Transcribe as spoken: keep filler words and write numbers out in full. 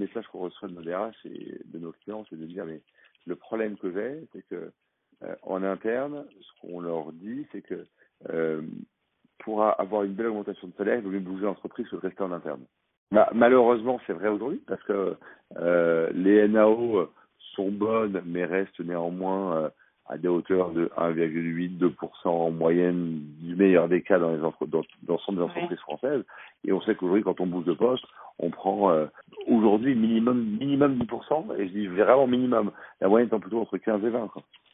message qu'on reçoit de nos D R H et de nos clients, c'est de dire, mais le problème que j'ai, c'est que euh, en interne, ce qu'on leur dit, c'est que euh, pour avoir une belle augmentation de salaire, il vaut mieux bouger l'entreprise que de rester en interne. Bah, malheureusement, c'est vrai aujourd'hui, parce que euh, les N A O sont bonnes, mais restent néanmoins euh, à des hauteurs de un virgule huit à deux pour cent en moyenne du meilleur des cas dans les entre- dans dans l'ensemble des Oui. entreprises françaises. Et on sait qu'aujourd'hui, quand on bouge de poste, on prend euh, aujourd'hui minimum minimum dix pour cent, et je dis vraiment minimum. La moyenne étant plutôt entre quinze et vingt. Quoi.